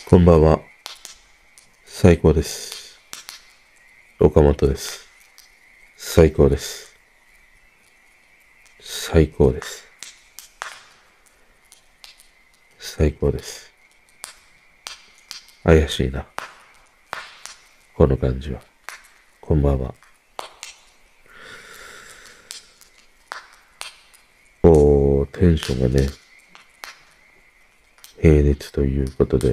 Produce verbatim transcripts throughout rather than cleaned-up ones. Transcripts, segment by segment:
こんばんは。最高です。岡本です。最高です。最高です。最高です。怪しいな。この感じは。こんばんは。おー、テンションがね、平熱ということで。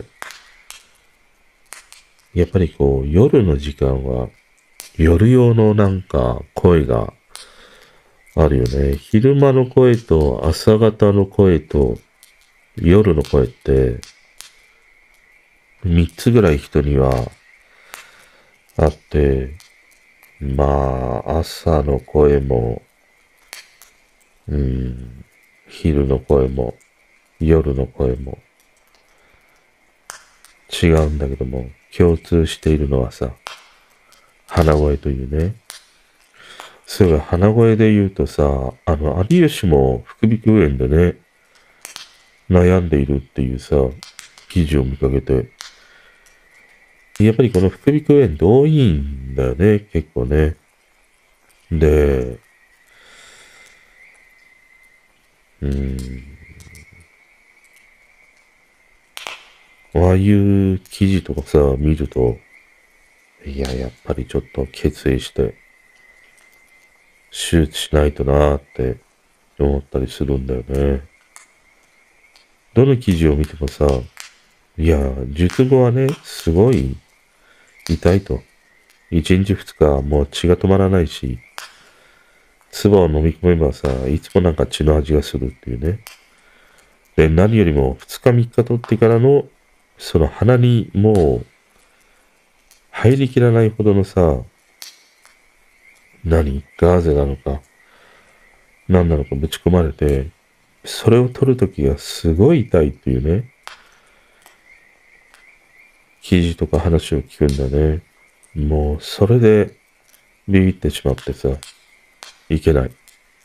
やっぱりこう、夜の時間は、夜用のなんか声があるよね。昼間の声と朝方の声と夜の声って、三つぐらい人にはあって、まあ、朝の声も、うん、昼の声も、夜の声も違うんだけども、共通しているのはさ、鼻声というね。そういえば鼻声で言うとさ、あの、有吉も副鼻腔炎でね、悩んでいるっていうさ、記事を見かけて、やっぱりこの副鼻腔炎って多いんだよね、結構ね。で、うーん、ああいう記事とかさ、見ると、いや、やっぱりちょっと決意して、手術しないとなーって思ったりするんだよね。どの記事を見てもさ、いや、術後はね、すごい痛いと。一日二日もう血が止まらないし、唾を飲み込めばさ、いつもなんか血の味がするっていうね。で、何よりも二日三日経ってからの、その鼻にもう入りきらないほどのさ、何ガーゼなのか、何なのかぶち込まれて、それを取るときがすごい痛いっていうね、記事とか話を聞くんだね。もう、それでビビってしまってさ、いけない。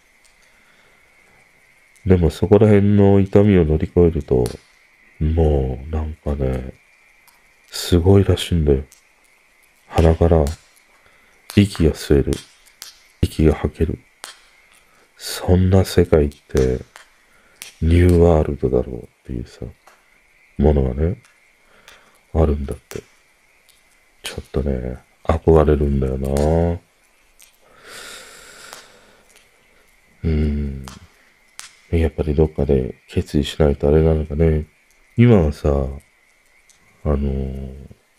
でもそこら辺の痛みを乗り越えると、もう、なんかね、すごいらしいんだよ。鼻から息が吸える。息が吐ける。そんな世界って、ニューワールドだろうっていうさ、ものがね、あるんだって。ちょっとね、憧れるんだよな。うーん。やっぱりどっかで決意しないとあれなのかね。今はさ、あのー、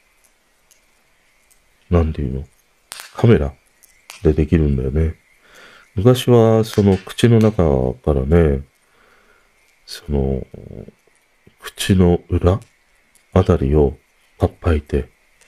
なんていうのカメラでできるんだよね。昔はその口の中からね、その口の裏あたりをパッパいて、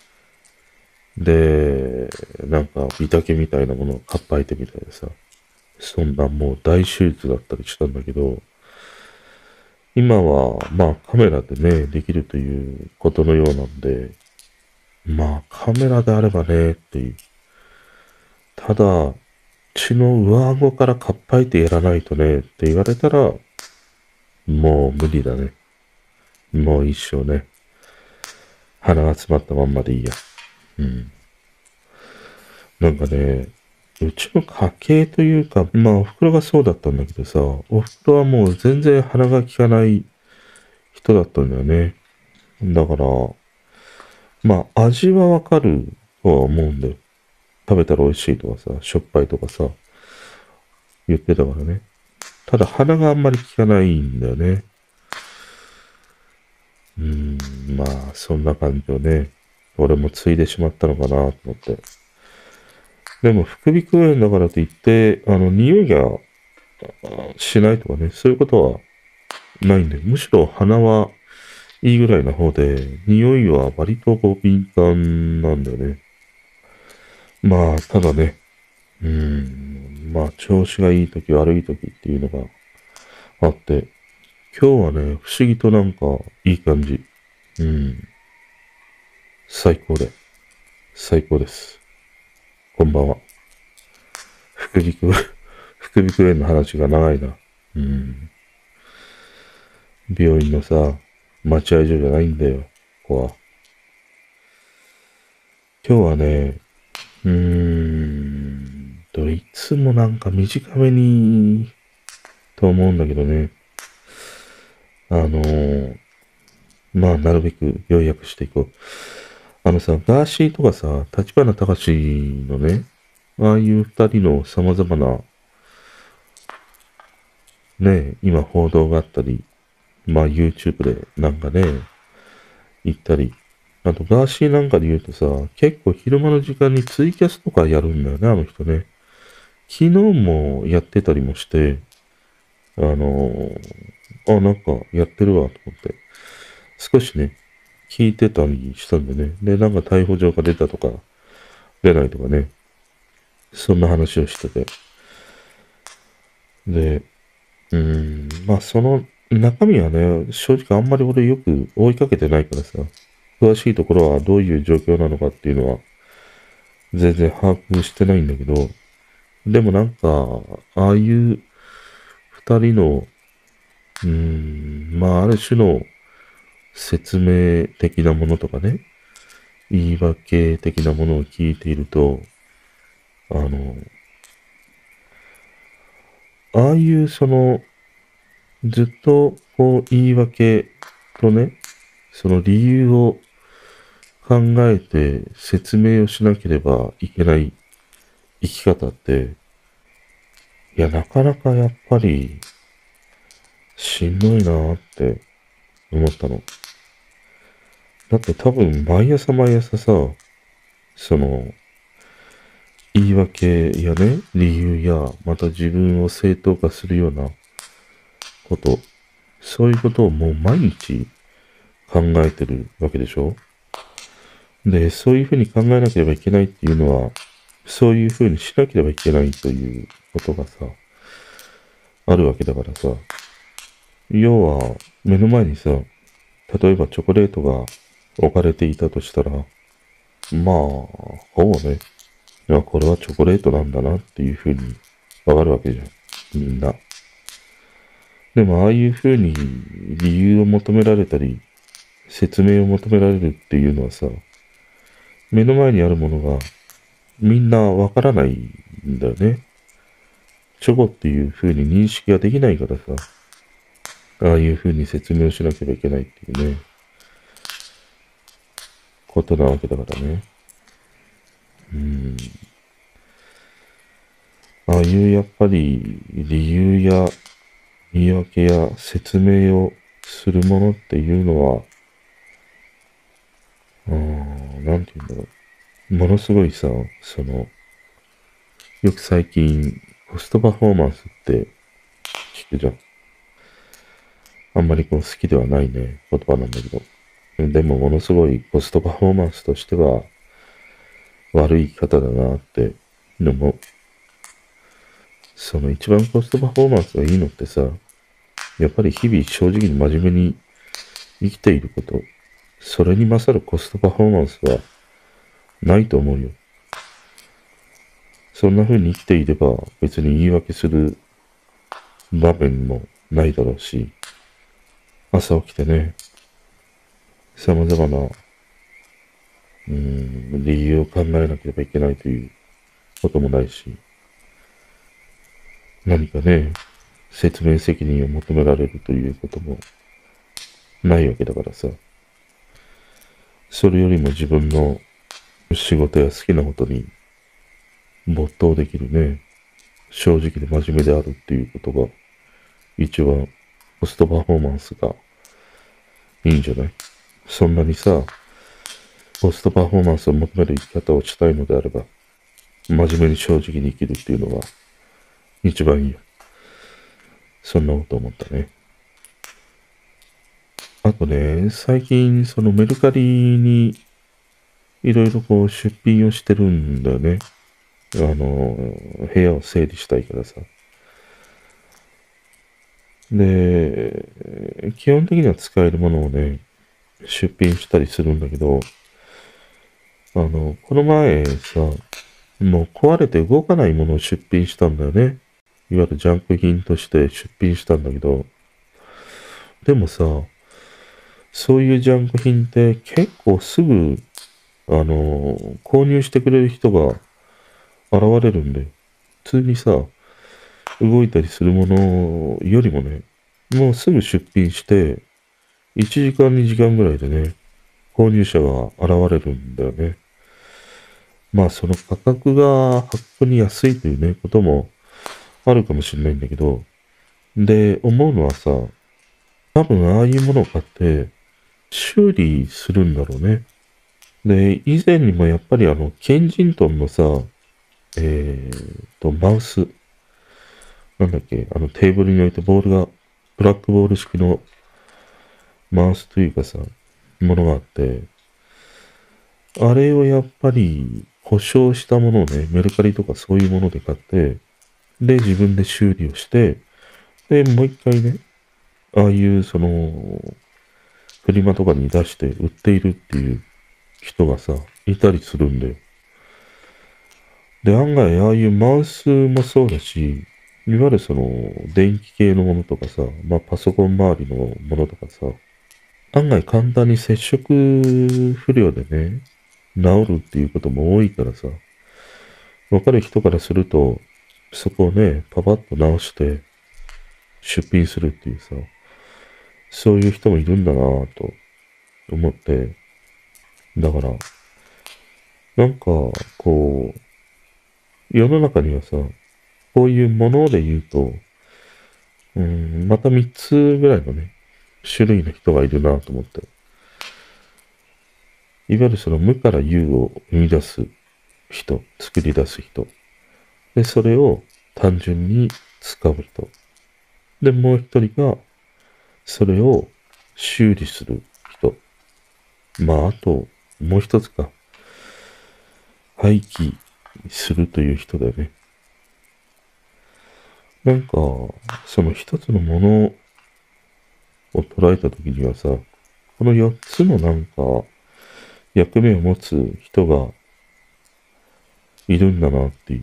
で、なんかビタケみたいなものをかっぱいてみたいなさ、そんなもう大手術だったりしたんだけど、今はまあカメラでね、できるということのようなんで、まあカメラであればねっていう。ただ、血の上顎からかっぱいてやらないとねって言われたら、もう無理だね。もう一生ね。鼻が詰まったまんまでいいや。うん。なんかね、うちの家系というか、まあお袋がそうだったんだけどさ、お袋はもう全然鼻が利かない人だったんだよね。だから、まあ味はわかるとは思うんだよ。食べたら美味しいとかさ、しょっぱいとかさ、言ってたからね。ただ鼻があんまり効かないんだよね。うーん、まあそんな感じをね、俺も継いでしまったのかなと思って。でも副鼻腔炎だからといって、あの、匂いがしないとかね、そういうことはないんで、むしろ鼻はいいぐらいな方で、匂いは割とこう敏感なんだよね。まあ、ただね、うーん、まあ、調子がいい時悪い時っていうのがあって、今日はね、不思議となんかいい感じ。うん、最高で、最高です。こんばんは。副鼻腔、副鼻腔炎の話が長いな。うん、病院のさ、待合所じゃないんだよ。 こは。今日はね、うーんと、いつもなんか短めに、と思うんだけどね。あのー、まあ、なるべく要約していこう。あのさ、ガーシーとかさ、立花隆のね、ああいう二人の様々な、ね、今報道があったり、まあ YouTube でなんかね、行ったり、あとガーシーなんかで言うとさ、結構昼間の時間にツイキャスとかやるんだよね、あの人ね。昨日もやってたりもして、あのー、あ、なんかやってるわと思って、少しね、聞いてたりしたんでね。で、なんか逮捕状が出たとか、出ないとかね、そんな話をしてて。で、うーん、まあその中身はね、正直あんまり俺よく追いかけてないからさ、詳しいところはどういう状況なのかっていうのは全然把握してないんだけど、でもなんか、ああいう二人の、うーん、まあある種の説明的なものとかね、言い訳的なものを聞いていると、あの、ああいうその、ずっとこう言い訳とね、その理由を考えて説明をしなければいけない生き方って、いや、なかなかやっぱりしんどいなーって思ったの。だって多分毎朝毎朝さ、その言い訳やね、理由や、また自分を正当化するようなこと、そういうことをもう毎日考えてるわけでしょ。で、そういうふうに考えなければいけないっていうのは、そういうふうにしなければいけないということがさ、あるわけだからさ、要は目の前にさ、例えばチョコレートが置かれていたとしたら、まあ、ほぼね、いや、これはチョコレートなんだなっていうふうにわかるわけじゃん。みんな。でも、ああいうふうに理由を求められたり、説明を求められるっていうのはさ、目の前にあるものがみんなわからないんだよね。チョコっていうふうに認識ができないからさ、ああいうふうに説明をしなければいけないっていうね、ことなわけだからね。うん。ああいうやっぱり理由や言い訳や説明をするものっていうのは、あーなんて言うんだろう。ものすごいさ、その、よく最近コストパフォーマンスって聞くじゃん。あんまりこう好きではないね、言葉なんだけど。でもものすごいコストパフォーマンスとしては悪い生き方だなって思う。その一番コストパフォーマンスがいいのってさ、やっぱり日々正直に真面目に生きていること、それに勝るコストパフォーマンスはないと思うよ。そんな風に生きていれば別に言い訳する場面もないだろうし、朝起きてね、様々な、うーん、理由を考えなければいけないということもないし、何かね、説明責任を求められるということもないわけだからさ、それよりも自分の仕事や好きなことに没頭できるね、正直で真面目であるっていうことが、一番コストパフォーマンスがいいんじゃない？そんなにさ、コストパフォーマンスを求める生き方をしたいのであれば、真面目に正直に生きるっていうのが一番いいよ。そんなこと思ったね。あとね、最近そのメルカリにいろいろこう出品をしてるんだよね。あの、部屋を整理したいからさ。で、基本的には使えるものをね、出品したりするんだけど、あの、この前さ、もう壊れて動かないものを出品したんだよね。いわゆるジャンク品として出品したんだけど、でもさ、 そういうジャンク品って結構すぐ、あの、購入してくれる人が現れるんで、普通にさ、動いたりするものよりもね、もうすぐ出品して、いちじかんにじかんぐらいでね、購入者が現れるんだよね。まあその価格が本当に安いというね、こともあるかもしれないんだけど、で、思うのはさ、多分ああいうものを買って修理するんだろうね。で、以前にもやっぱりあの、ケンジントンのさ、えーと、マウス、なんだっけ、あのテーブルに置いてボールが、ブラックボール式のマウスというかさ、ものがあって、あれをやっぱり故障したものをね、メルカリとかそういうもので買って、で、自分で修理をして、で、もう一回ね、ああいうその、フリマとかに出して売っているっていう人がさ、いたりするんだよ。で、案外ああいうマウスもそうだし、いわゆるその、電気系のものとかさ、まあパソコン周りのものとかさ、案外簡単に接触不良でね、治るっていうことも多いからさ、わかる人からすると、そこをね、パパッと直して出品するっていうさ、そういう人もいるんだなぁと思って、だから、なんか、こう、世の中にはさ、こういうもので言うと、うん、またみっつぐらいのね、種類の人がいるなと思って。いわゆるその無から有を生み出す人、作り出す人。で、それを単純に使う人。で、もう一人が、それを修理する人。まあ、あと、もう一つか。廃棄するという人だよね。なんか、その一つのものを捉えたときにはさ、この四つのなんか、役目を持つ人がいるんだなっていう。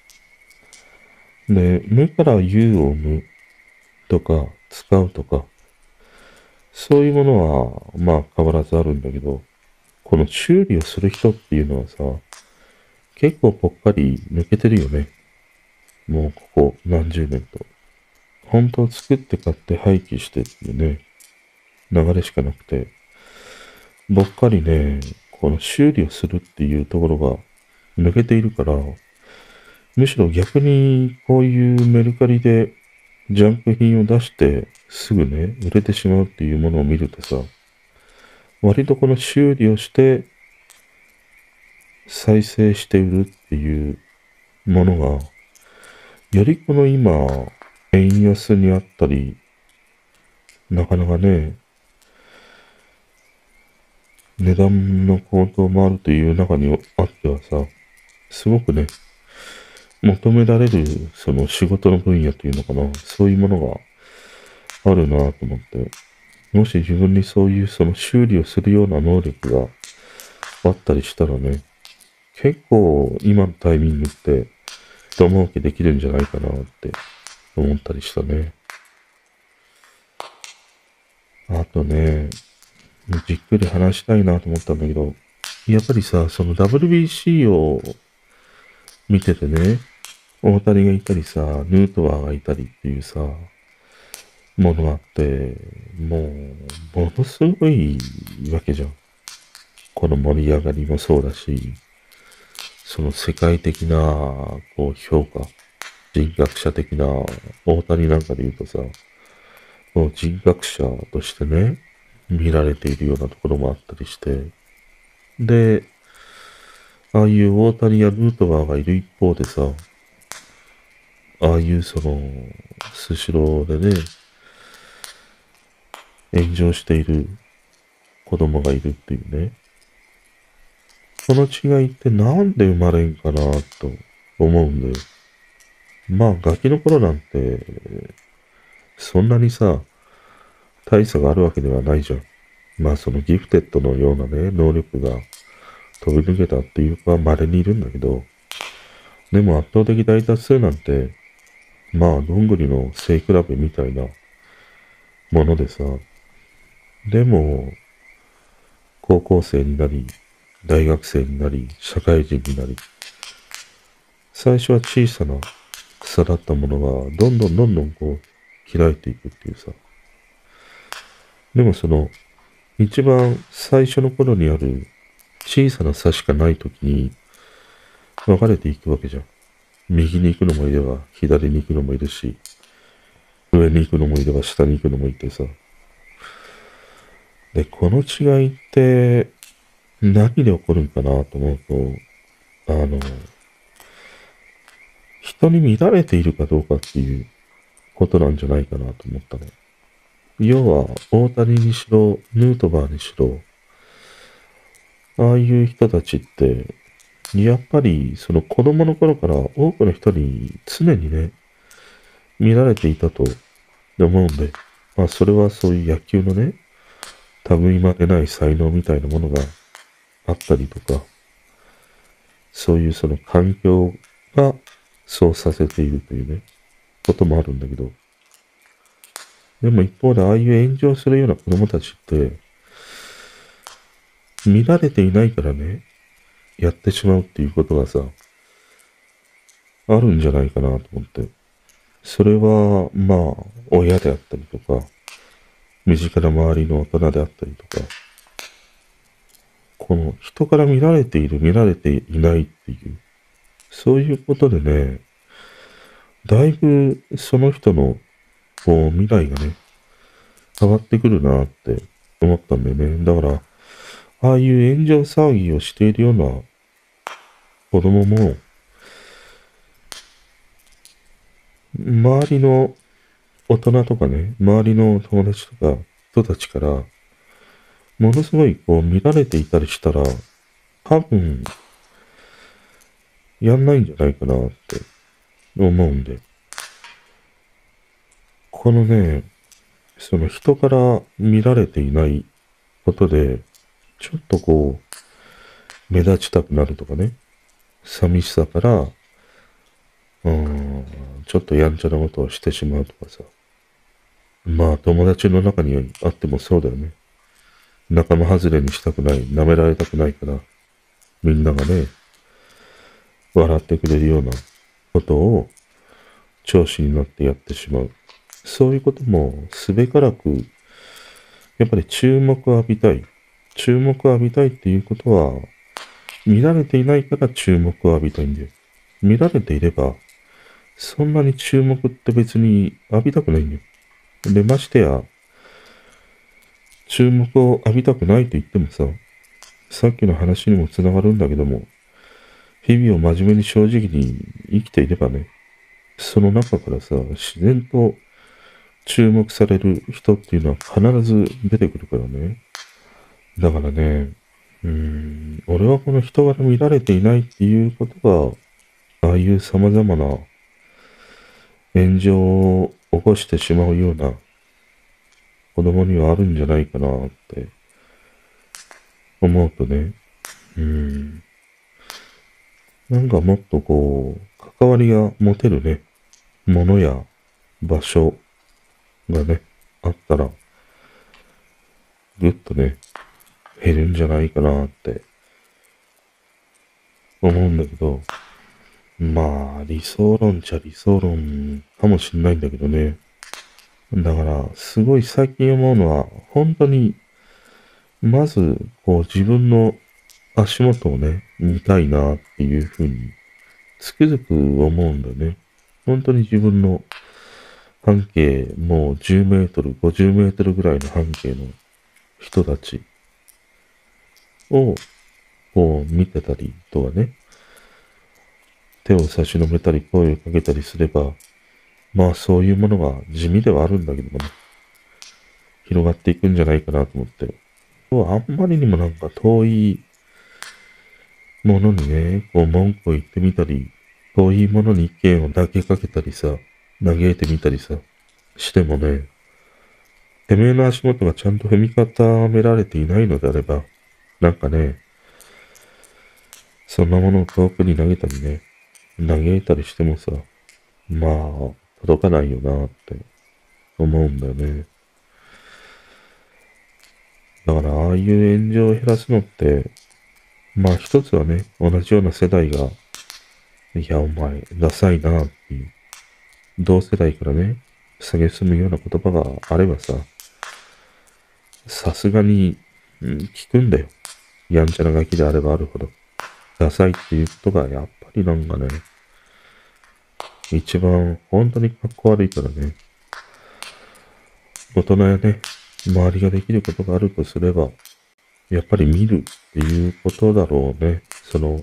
で、無から有を生むとか、使うとか、そういうものは、まあ変わらずあるんだけど、この修理をする人っていうのはさ、結構ぽっかり抜けてるよね。もうここ何十年と。本当作って買って廃棄してっていうね、流れしかなくて、ぼっかりね、この修理をするっていうところが抜けているから、むしろ逆にこういうメルカリでジャンク品を出してすぐね、売れてしまうっていうものを見るとさ、割とこの修理をして再生して売るっていうものが、よりこの今、円安にあったり、なかなかね、値段の高騰もあるという中にあってはさ、すごくね、求められるその仕事の分野というのかな、そういうものがあるなと思って、もし自分にそういうその修理をするような能力があったりしたらね、結構今のタイミングって一儲けできるんじゃないかなって思ったりしたね。あとね、じっくり話したいなと思ったんだけど、やっぱりさ、その ダブリュービーシー を見ててね、大谷がいたりさ、ヌートバーがいたりっていうさ、ものがあって、もう、ものすごいわけじゃん。この盛り上がりもそうだし、その世界的な、こう、評価、人格者的な、大谷なんかで言うとさ、もう人格者としてね、見られているようなところもあったりして、で、ああいう大谷やヌートバーがいる一方でさ、ああいうその、スシローでね、炎上している子供がいるっていうね。その違いってなんで生まれんかなと思うんだよ。まあ、ガキの頃なんて、そんなにさ、大差があるわけではないじゃん。まあ、そのギフテッドのようなね、能力が飛び抜けたっていう子は稀にいるんだけど、でも圧倒的大多数なんて、まあ、どんぐりの背比べみたいなものでさ、 でも、高校生になり、大学生になり、社会人になり、最初は小さな草だったものが、どんどんどんどんこう、開いていくっていうさ。でもその、一番最初の頃にある小さな差しかない時に、分かれていくわけじゃん。右に行くのもいれば、左に行くのもいるし、上に行くのもいれば、下に行くのもいてさ。で、この違いって、何で起こるんかなと思うと、あの、人に見られているかどうかっていうことなんじゃないかなと思ったの。要は、大谷にしろ、ヌートバーにしろ、ああいう人たちって、やっぱり、その子供の頃から多くの人に常にね、見られていたと思うんで、まあそれはそういう野球のね、類いまれない才能みたいなものがあったりとか、そういうその環境がそうさせているというね、こともあるんだけど、でも一方でああいう炎上するような子供たちって、見られていないからね、やってしまうっていうことがさ、あるんじゃないかなと思って。それは、まあ、親であったりとか、身近な周りの大人であったりとか、この人から見られている、見られていないっていう、そういうことでね、だいぶその人のこう未来がね、変わってくるなって思ったんだよね。だから、ああいう炎上騒ぎをしているような子供も、周りの大人とかね、周りの友達とか人たちから、ものすごいこう見られていたりしたら、多分、やんないんじゃないかなって思うんで。このね、その人から見られていないことで、ちょっとこう、目立ちたくなるとかね、寂しさから、うーん、ちょっとやんちゃなことをしてしまうとかさ。まあ友達の中にあってもそうだよね。仲間外れにしたくない、舐められたくないから、みんながね、笑ってくれるようなことを調子になってやってしまう。そういうこともすべからく、やっぱり注目を浴びたい。注目を浴びたいっていうことは、見られていないから注目を浴びたいんだよ。見られていれば、そんなに注目って別に浴びたくないんだよ。で、ましてや、注目を浴びたくないと言ってもさ、さっきの話にもつながるんだけども、日々を真面目に正直に生きていればね、その中からさ、自然と注目される人っていうのは必ず出てくるからね。だからね、うーん、俺はこの人柄見られていないっていうことが、ああいう様々な炎上を起こしてしまうような子供にはあるんじゃないかなって思うとね、うーん、なんかもっとこう、関わりが持てるね、ものや場所がね、あったら、ぐっとね、減るんじゃないかなって思うんだけど、まあ、理想論っちゃ理想論かもしんないんだけどね。だから、すごい最近思うのは、本当に、まず、こう自分の足元をね、見たいなっていうふうに、つくづく思うんだよね。本当に自分の半径、もうじゅうメートル、ごじゅうメートルぐらいの半径の人たちを、こう見てたりとかね、手を差し伸べたり声をかけたりすれば、まあそういうものが地味ではあるんだけどもね、広がっていくんじゃないかなと思って。あんまりにもなんか遠いものにね、こう文句を言ってみたり、遠いものに意見を投げかけたりさ、嘆いてみたりさ、してもね、てめえの足元がちゃんと踏み固められていないのであれば、なんかね、そんなものを遠くに投げたりね、嘆いたりしてもさ、まあ、届かないよなって思うんだよね。 だからああいう炎上を減らすのって、まあ一つはね、同じような世代が、いやお前、ダサいなっていう、同世代からね、蔑むような言葉があればさ、さすがに、うん、聞くんだよ。やんちゃなガキであればあるほど。ダサいっていうことがやっぱりなんかね、一番本当にかっこ悪いからね。大人やね、周りができることがあるとすれば、やっぱり見るっていうことだろうね。その、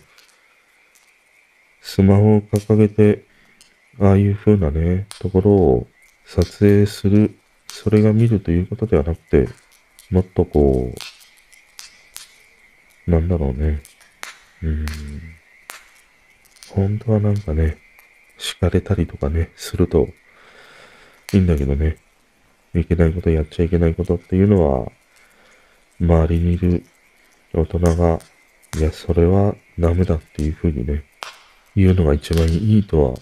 スマホを掲げて、ああいう風なね、ところを撮影する、それが見るということではなくて、もっとこう、なんだろうね。うーん、本当はなんかね、敷かれたりとかね、するといいんだけどね、いけないことやっちゃいけないことっていうのは、周りにいる大人が、いや、それはダメだっていう風にね、言うのが一番いいとは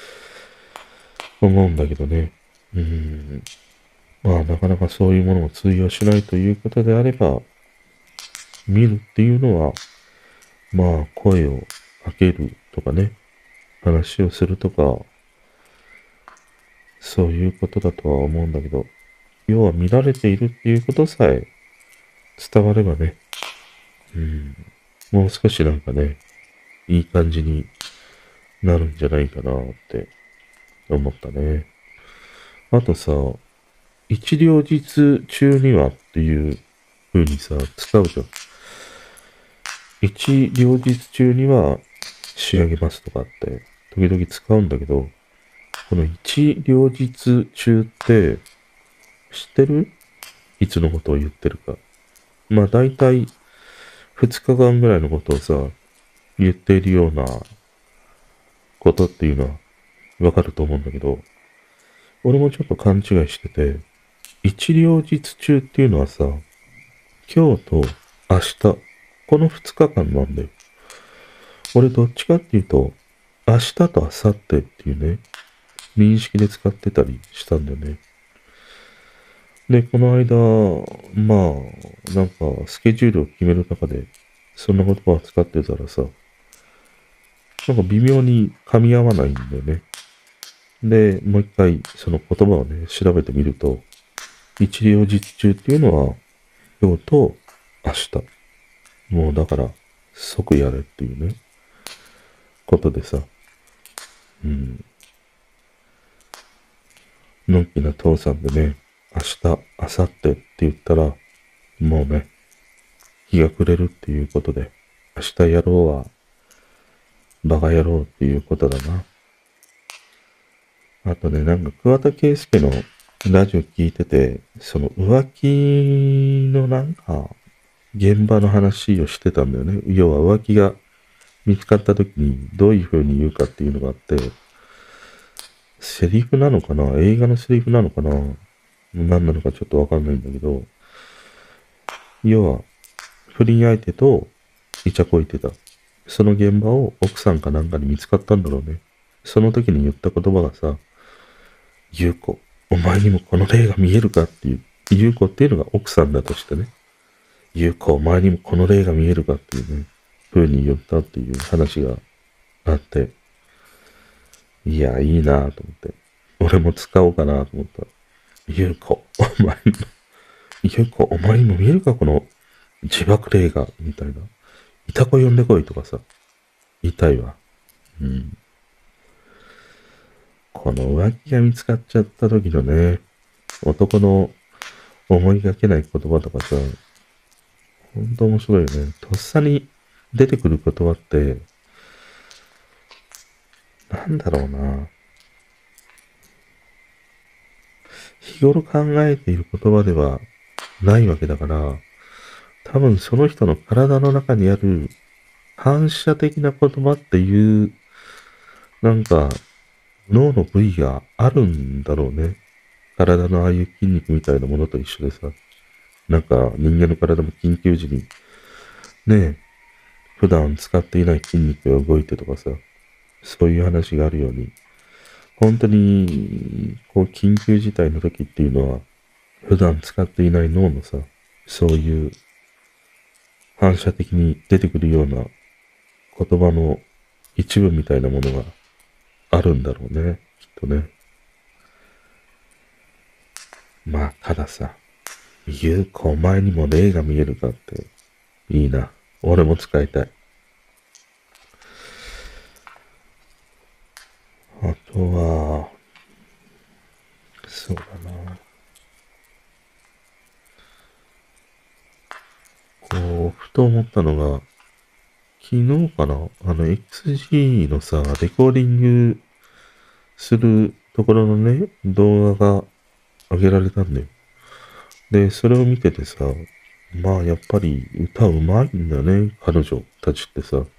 思うんだけどね。うーん。まあ、なかなかそういうものも通用しないということであれば、見るっていうのは、まあ、声をかけるとかね、話をするとか、そういうことだとは思うんだけど、要は見られているっていうことさえ伝わればね、うん、もう少しなんかね、いい感じになるんじゃないかなって思ったね。あとさ、一両日中にはっていう風にさ、使うじゃん。一両日中には仕上げますとかって、時々使うんだけど、この一両日中って、知ってる？いつのことを言ってるか。まあ大体二日間ぐらいのことをさ、言っているようなことっていうのはわかると思うんだけど、俺もちょっと勘違いしてて、一両日中っていうのはさ、今日と明日、この二日間なんだよ。俺どっちかっていうと、明日と明後日っていうね、認識で使ってたりしたんだよね。で、この間、まあ、なんか、スケジュールを決める中で、そんな言葉を使ってたらさ、なんか微妙に噛み合わないんだよね。で、もう一回、その言葉をね、調べてみると、一両日中っていうのは、今日と明日。もうだから、即やれっていうね、ことでさ、うん、のんきな父さんでね、明日、明後日って言ったら、もうね、日が暮れるっていうことで、明日やろうは、バカ野郎っていうことだな。あとね、なんか桑田佳祐のラジオ聞いてて、その浮気のなんか、現場の話をしてたんだよね。要は浮気が見つかった時にどういう風に言うかっていうのがあって、セリフなのかな？映画のセリフなのかな？何なのかちょっとわかんないんだけど、要は、不倫相手とイチャこいてた。その現場を奥さんかなんかに見つかったんだろうね。その時に言った言葉がさ、ゆうこ、お前にもこの霊が見えるかっていう、ゆうこっていうのが奥さんだとしてね。ゆうこ、お前にもこの霊が見えるかっていうね、風に言ったっていう話があって、いや、いいなぁと思って。俺も使おうかなと思った。ゆうこ、お前にも、ゆうこ、お前にも見えるかこの自爆霊が、みたいな。いたこ呼んでこいとかさ、言いたいわ。うん。この浮気が見つかっちゃった時のね、男の思いがけない言葉とかさ、ほんと面白いよね。とっさに出てくる言葉って、なんだろうな。日頃考えている言葉ではないわけだから、多分その人の体の中にある反射的な言葉っていう、なんか脳の部位があるんだろうね。体のああいう筋肉みたいなものと一緒でさ。なんか人間の体も緊急時に、ねえ、普段使っていない筋肉が動いてとかさ、そういう話があるように、本当に、こう緊急事態の時っていうのは、普段使っていない脳のさ、 そういう反射的に出てくるような言葉の一部みたいなものがあるんだろうね、きっとね。まあ、たださ、言うお前にも霊が見えるかって、いいな。俺も使いたい。あとは、そうだな。こう、ふと思ったのが、昨日かなあの、エックスジー のさ、レコーディングするところのね、動画が上げられたんだよ。で、それを見ててさ、まあやっぱり歌うまいんだね、彼女たちってさ。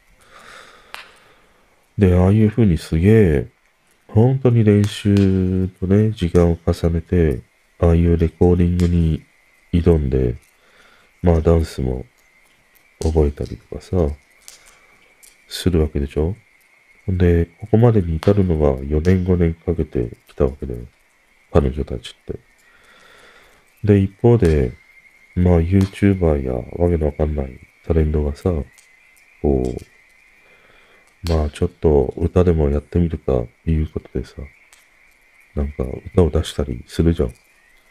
で、ああいう風にすげえ、本当に練習とね、時間を重ねて、ああいうレコーディングに挑んで、まあダンスも覚えたりとかさ、するわけでしょ。で、ここまでに至るのがよねんごねんかけてきたわけだよ。彼女たちって。で、一方で、まあ YouTuber やわけのわかんないタレントがさ、こう、まあちょっと歌でもやってみるかっていうことでさ、なんか歌を出したりするじゃん。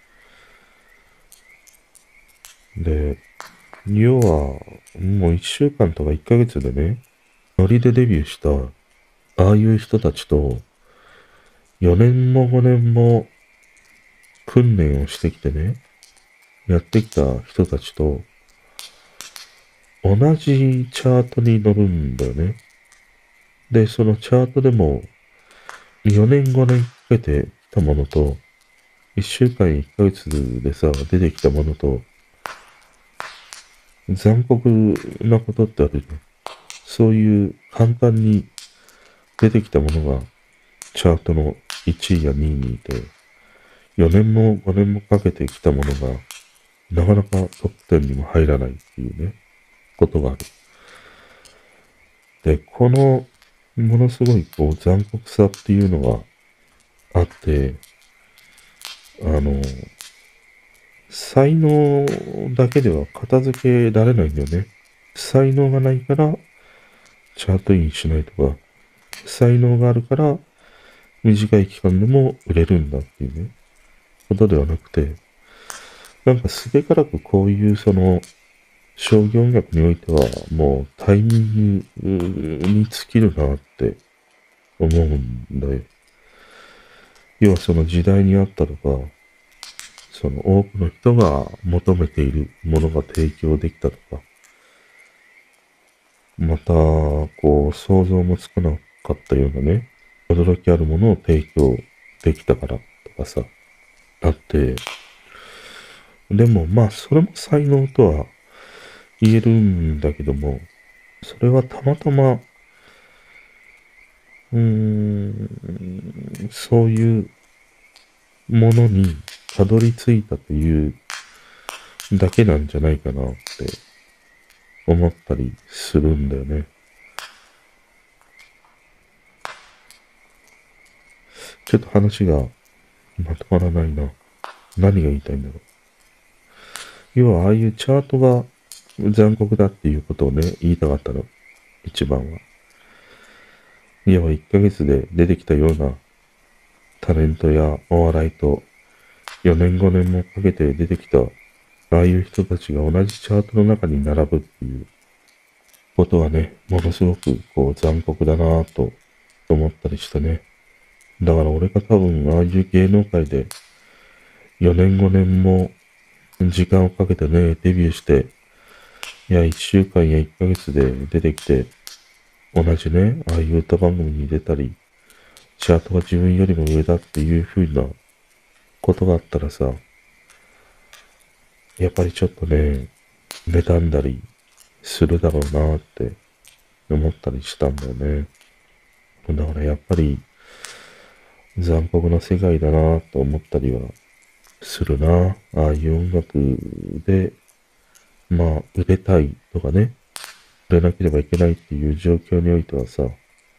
で、要は、もういっしゅうかんとかいっかげつでね、ノリでデビューした、ああいう人たちと、よねんもごねんも訓練をしてきてね、やってきた人たちと、同じチャートに乗るんだよね。で、そのチャートでも、よねんごねんかけてきたものと、いっしゅうかんいっかげつでさ、出てきたものと、残酷なことってあるじゃん。そういう簡単に出てきたものが、チャートのいちいやにいにいて、よねんもごねんもかけてきたものが、なかなかトップじゅうにも入らないっていうね、ことがある。で、この、ものすごいこう残酷さっていうのがあって、あの、才能だけでは片付けられないんだよね。才能がないから、チャートインしないとか、才能があるから、短い期間でも売れるんだっていうね、ことではなくて、なんかすべからくこういうその、商業音楽においては、もうタイミングに尽きるなって思うんだよ。要はその時代にあったとか、その多くの人が求めているものが提供できたとか、また、こう、想像もつかなかったようなね、驚きあるものを提供できたからとかさ、あって、でもまあ、それも才能とは言えるんだけども、それはたまたま、うーん、そういうものにたどり着いたというだけなんじゃないかなって思ったりするんだよね。ちょっと話がまとまらないな。何が言いたいんだろう。要はああいうチャートが残酷だっていうことをね、言いたかったの。一番は。要はいっかげつで出てきたようなタレントやお笑いとよねんごねんもかけて出てきたああいう人たちが同じチャートの中に並ぶっていうことはね、ものすごくこう残酷だなぁと思ったりしてね。だから俺が多分ああいう芸能界でよねんごねんも時間をかけてね、デビューして、いや、いっしゅうかんやいっかげつで出てきて、同じね、ああいう歌番組に出たり、チャートが自分よりも上だっていう風なことがあったらさ、やっぱりちょっとね、妬んだりするだろうなって思ったりしたんだよね。だからやっぱり残酷な世界だなと思ったりはするな。ああいう音楽で、まあ、売れたいとかね、売れなければいけないっていう状況においてはさ、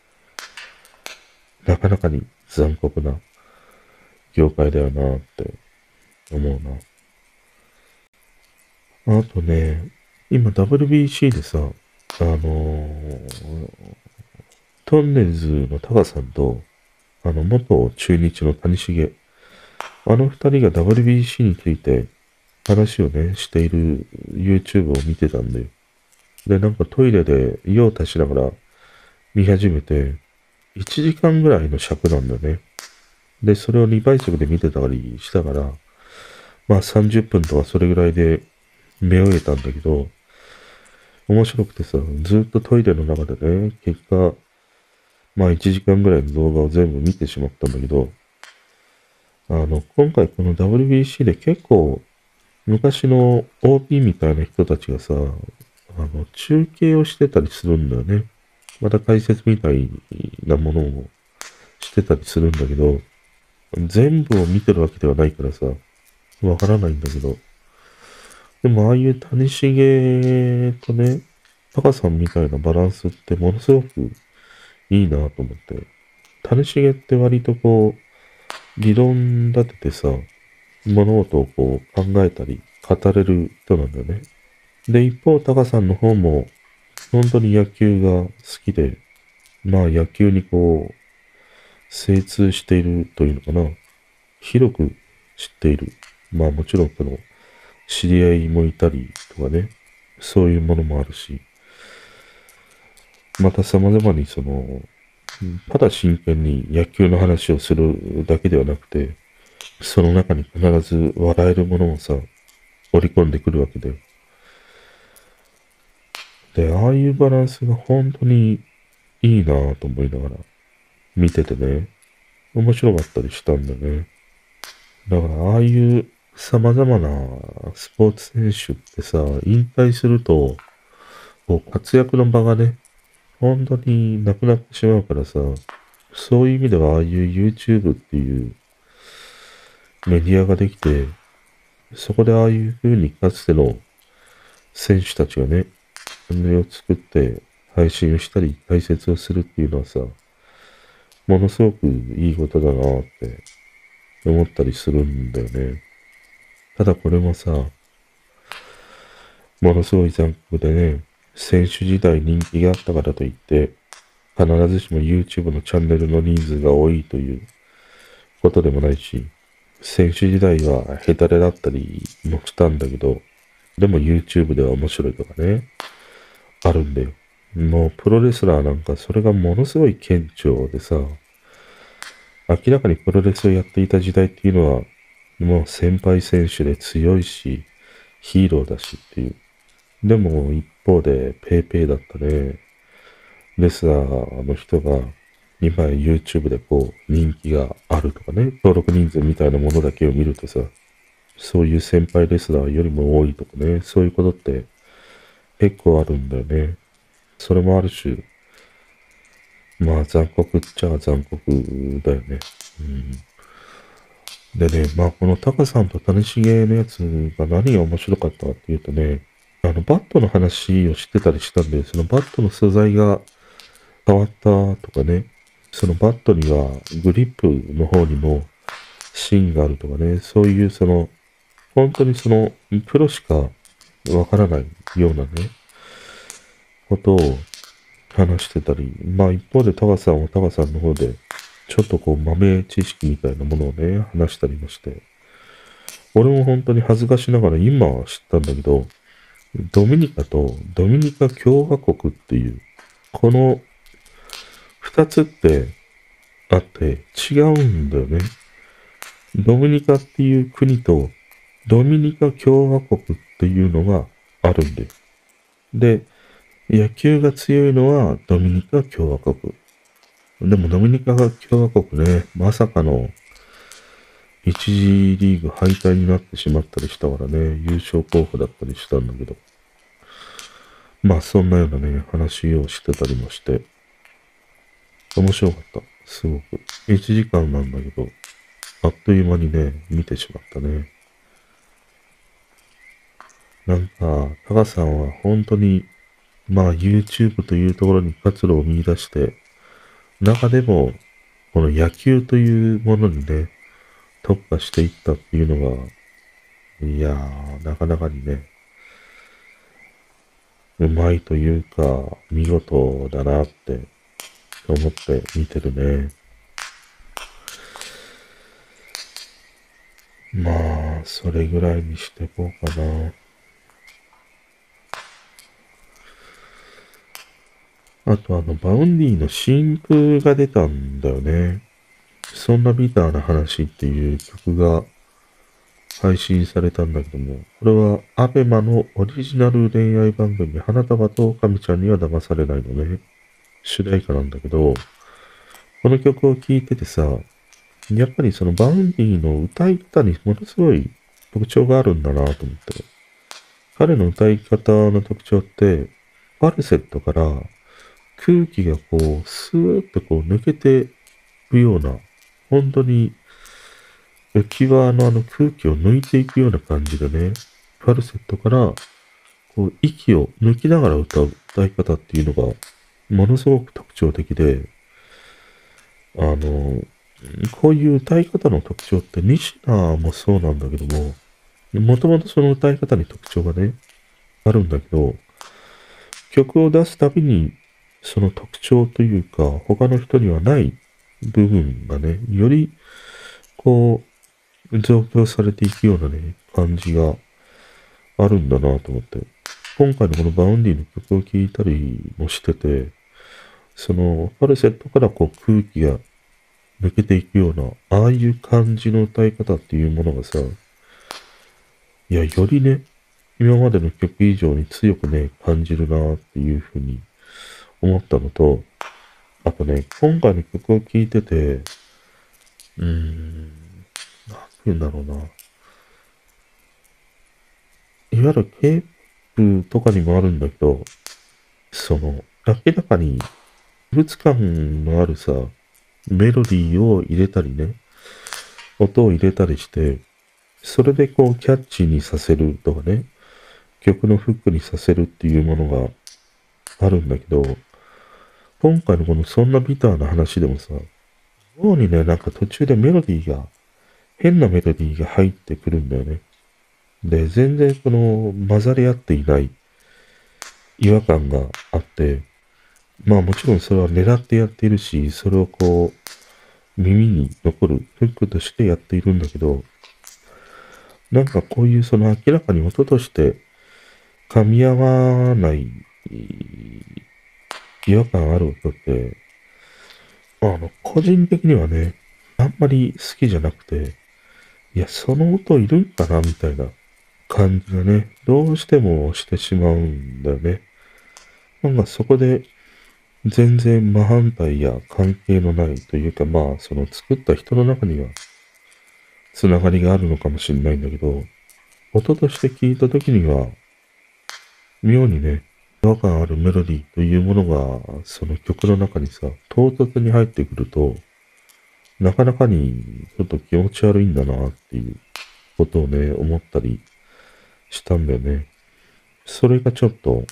なかなかに残酷な業界だよなって思うな。 あとね、今 ダブリュービーシー でさ、あのー、トンネルズのタカさんと、あの、元中日の谷繁、あの二人が ダブリュービーシー について話をね、している YouTube を見てたんだよ。で、なんかトイレで用を足しながら見始めて、いちじかんぐらいの尺なんだよね。で、それをにばい速で見てたりしたから、まあさんじゅっぷんとかそれぐらいで目を得たんだけど、面白くてさ、ずっとトイレの中でね、結果、まあいちじかんぐらいの動画を全部見てしまったんだけど、あの、今回この ダブリュービーシー で結構昔の オーピー みたいな人たちがさ、あの、中継をしてたりするんだよね。また解説みたいなものをしてたりするんだけど、全部を見てるわけではないからさ、わからないんだけど、でもああいう谷繁とね、タカさんみたいなバランスってものすごくいいなと思って。谷繁って割とこう、理論立ててさ、物事をこう考えたり語れる人なんだよね。で、一方、タカさんの方も本当に野球が好きで、まあ野球にこう、精通しているというのかな。広く知っている。まあもちろんその、知り合いもいたりとかね、そういうものもあるし、また様々にその、ただ真剣に野球の話をするだけではなくて、その中に必ず笑えるものをさ、織り込んでくるわけだよ。で、ああいうバランスが本当にいいなぁと思いながら見ててね、面白かったりしたんだね。だからああいう様々なスポーツ選手ってさ、引退すると、こう活躍の場がね、本当になくなってしまうからさ、そういう意味ではああいう YouTube っていうメディアができて、そこでああいう風にかつての選手たちがね、チャンネルを作って配信をしたり解説をするっていうのはさ、ものすごくいいことだなって思ったりするんだよね。ただこれもさ、ものすごい残酷でね、選手時代人気があったからといって、必ずしも YouTube のチャンネルの人数が多いということでもないし、選手時代はヘタレだったりもしたんだけど、でも YouTube では面白いとかね、あるんだよ。もうプロレスラーなんかそれがものすごい顕著でさ、明らかにプロレスをやっていた時代っていうのは、もう先輩選手で強いし、ヒーローだしっていう。でも一方でペイペイだったね。レスラーの人が今 YouTube でこう人気があるとかね、登録人数みたいなものだけを見るとさ、そういう先輩レスラーよりも多いとかね、そういうことって結構あるんだよね。それもある種、まあ残酷っちゃ残酷だよね。うん。でね、まあこのタカさんと谷繁のやつが何が面白かったかっていうとね、あのバットの話をしてたりしたんで、そのバットの素材が変わったとかね、そのバットにはグリップの方にも芯があるとかね、そういうその、本当にその、プロしかわからないようなね、ことを話してたり、まあ一方でタカさんはタカさんの方で、ちょっとこう豆知識みたいなものをね、話したりもして、俺も本当に恥ずかしながら今知ったんだけど、ドミニカとドミニカ共和国っていう、この二つってあって違うんだよね。ドミニカっていう国とドミニカ共和国っていうのがあるんで。で、野球が強いのはドミニカ共和国。でもドミニカ共和国ね、まさかの一次リーグ敗退になってしまったりしたからね、優勝候補だったりしたんだけど。まあそんなようなね、話をしてたりもして、面白かった。すごく。いちじかんなんだけど、あっという間にね、見てしまったね。なんか、タカさんは本当に、まあ YouTube というところに活路を見出して、中でも、この野球というものにね、特化していったっていうのが、いやー、なかなかにね、 うまいというか、見事だなって思って見てるね。まあ、それぐらいにしてこうかな。あとあの、バウンディの新譜が出たんだよね。そんなビターな話っていう曲が配信されたんだけども、これはアベマのオリジナル恋愛番組、花束と神ちゃんには騙されないのね。主題歌なんだけど、この曲を聴いててさ、やっぱりそのバウンディの歌い方にものすごい特徴があるんだなと思って。彼の歌い方の特徴って、ファルセットから空気がこう、スーッとこう抜けていくような、本当に浮き輪のあの空気を抜いていくような感じでね、ファルセットからこう息を抜きながら歌う歌い方っていうのが、ものすごく特徴的で、あの、こういう歌い方の特徴って、西ナもそうなんだけども、もともとその歌い方に特徴がね、あるんだけど、曲を出すたびに、その特徴というか、他の人にはない部分がね、より、こう、増強されていくようなね、感じがあるんだなと思って。今回のこのバウンディの曲を聴いたりもしてて、その、ファルセットからこう空気が抜けていくような、ああいう感じの歌い方っていうものがさ、いや、よりね、今までの曲以上に強くね、感じるなっていうふうに思ったのと、あとね、今回の曲を聴いてて、うーん、なんて言うんだろうな。いわゆる K-ポップ とかにもあるんだけど、その、明らかに異物感のあるさ、メロディーを入れたりね、音を入れたりして、それでこうキャッチーにさせるとかね、曲のフックにさせるっていうものがあるんだけど、今回のこのそんなビターな話でもさ、妙にね、なんか途中でメロディーが、変なメロディーが入ってくるんだよね。で、全然この混ざり合っていない違和感があって、まあもちろんそれは狙ってやっているし、それをこう、耳に残るフックとしてやっているんだけど、なんかこういうその明らかに音として噛み合わない違和感ある音って、あの、個人的にはね、あんまり好きじゃなくて、いや、その音いるんかなみたいな感じがね、どうしてもしてしまうんだよね。なんかそこで全然真反対や関係のないというか、まあ、その作った人の中にはつながりがあるのかもしれないんだけど、音として聞いた時には、妙にね、違和感あるメロディーというものが、その曲の中にさ、唐突に入ってくると、なかなかにちょっと気持ち悪いんだなっていうことをね、思ったりしたんだよね。それがちょっと、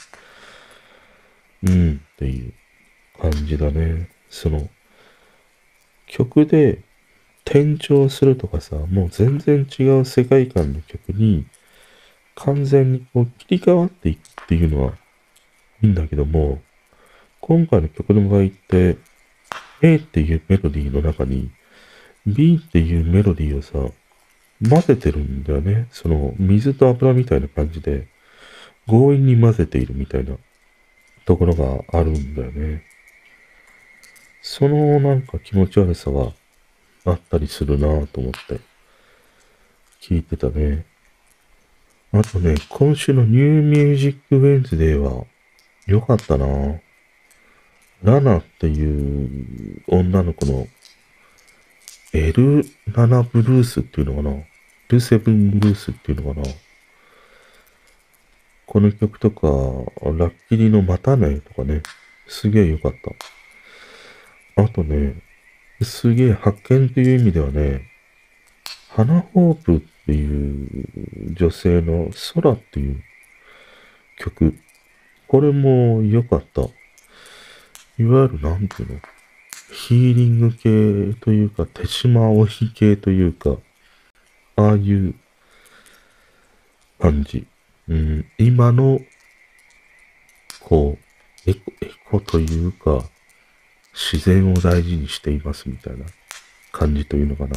うんっていう感じだね。その、曲で転調するとかさ、もう全然違う世界観の曲に完全にこう切り替わっていくっていうのはいいんだけども、今回の曲の場合って、A っていうメロディーの中に B っていうメロディーをさ、混ぜてるんだよね。その水と油みたいな感じで強引に混ぜているみたいなところがあるんだよね。そのなんか気持ち悪さがあったりするなぁと思って聞いてたね。あとね、今週のニューミュージックウェンズデーは良かったなぁ。ラナっていう女の子の エルなな ブルースっていうのかな？ エルセブン ブルースっていうのかな？この曲とか、ラッキリのまたねとかね、すげえ良かった。あとね、すげえ発見という意味ではね、花ホープっていう女性の空っていう曲、これも良かった。いわゆるなんていうの、ヒーリング系というか、手島葵系というか、ああいう感じ。うん、今のコ、エコ、エコというか、自然を大事にしていますみたいな感じというのかな。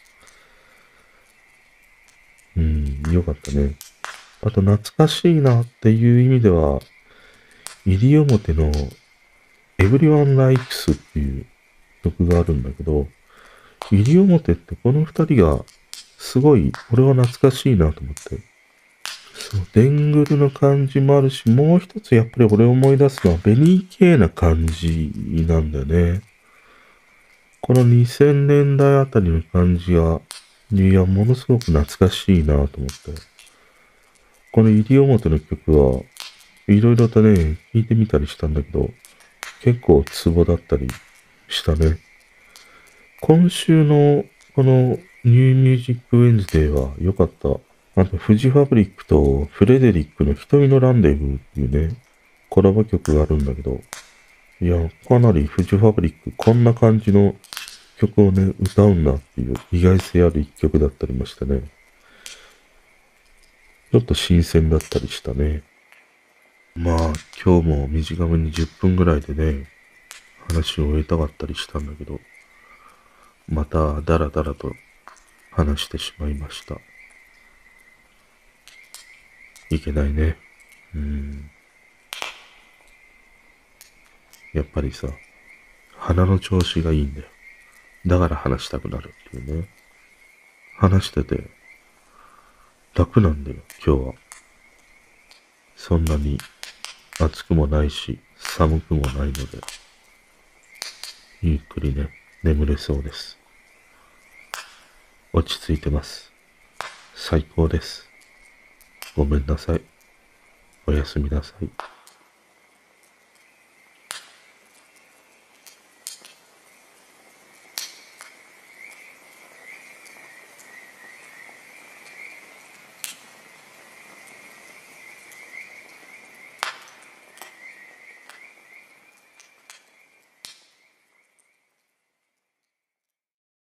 うん、よかったね。あと懐かしいなっていう意味では、西表の Everyone Likes っていう曲があるんだけど、西表ってこの二人がすごい俺は懐かしいなと思って。そう、デングルの感じもあるし、もう一つやっぱり俺思い出すのはベニー系な感じなんだよね。このにせんねんだいあたりの感じが、いや、ものすごく懐かしいなと思って。この西表の曲は、いろいろとね、聞いてみたりしたんだけど、結構ツボだったりしたね。今週のこのニューミュージックウェンズデーは良かった。あと、フジファブリックとフレデリックの瞳のランデブーっていうね、コラボ曲があるんだけど、いや、かなりフジファブリックこんな感じの曲をね、歌うんだっていう意外性ある一曲だったりましてね。ちょっと新鮮だったりしたね。まあ、今日も短めにじゅっぷんぐらいでね、話を終えたかったりしたんだけど、またダラダラと話してしまいました。いけないね。うーん。やっぱりさ、鼻の調子がいいんだよ。だから話したくなるっていうね。話してて楽なんだよ、今日は。そんなに暑くもないし、寒くもないので、ゆっくりね、眠れそうです。落ち着いてます。最高です。ごめんなさい。おやすみなさい。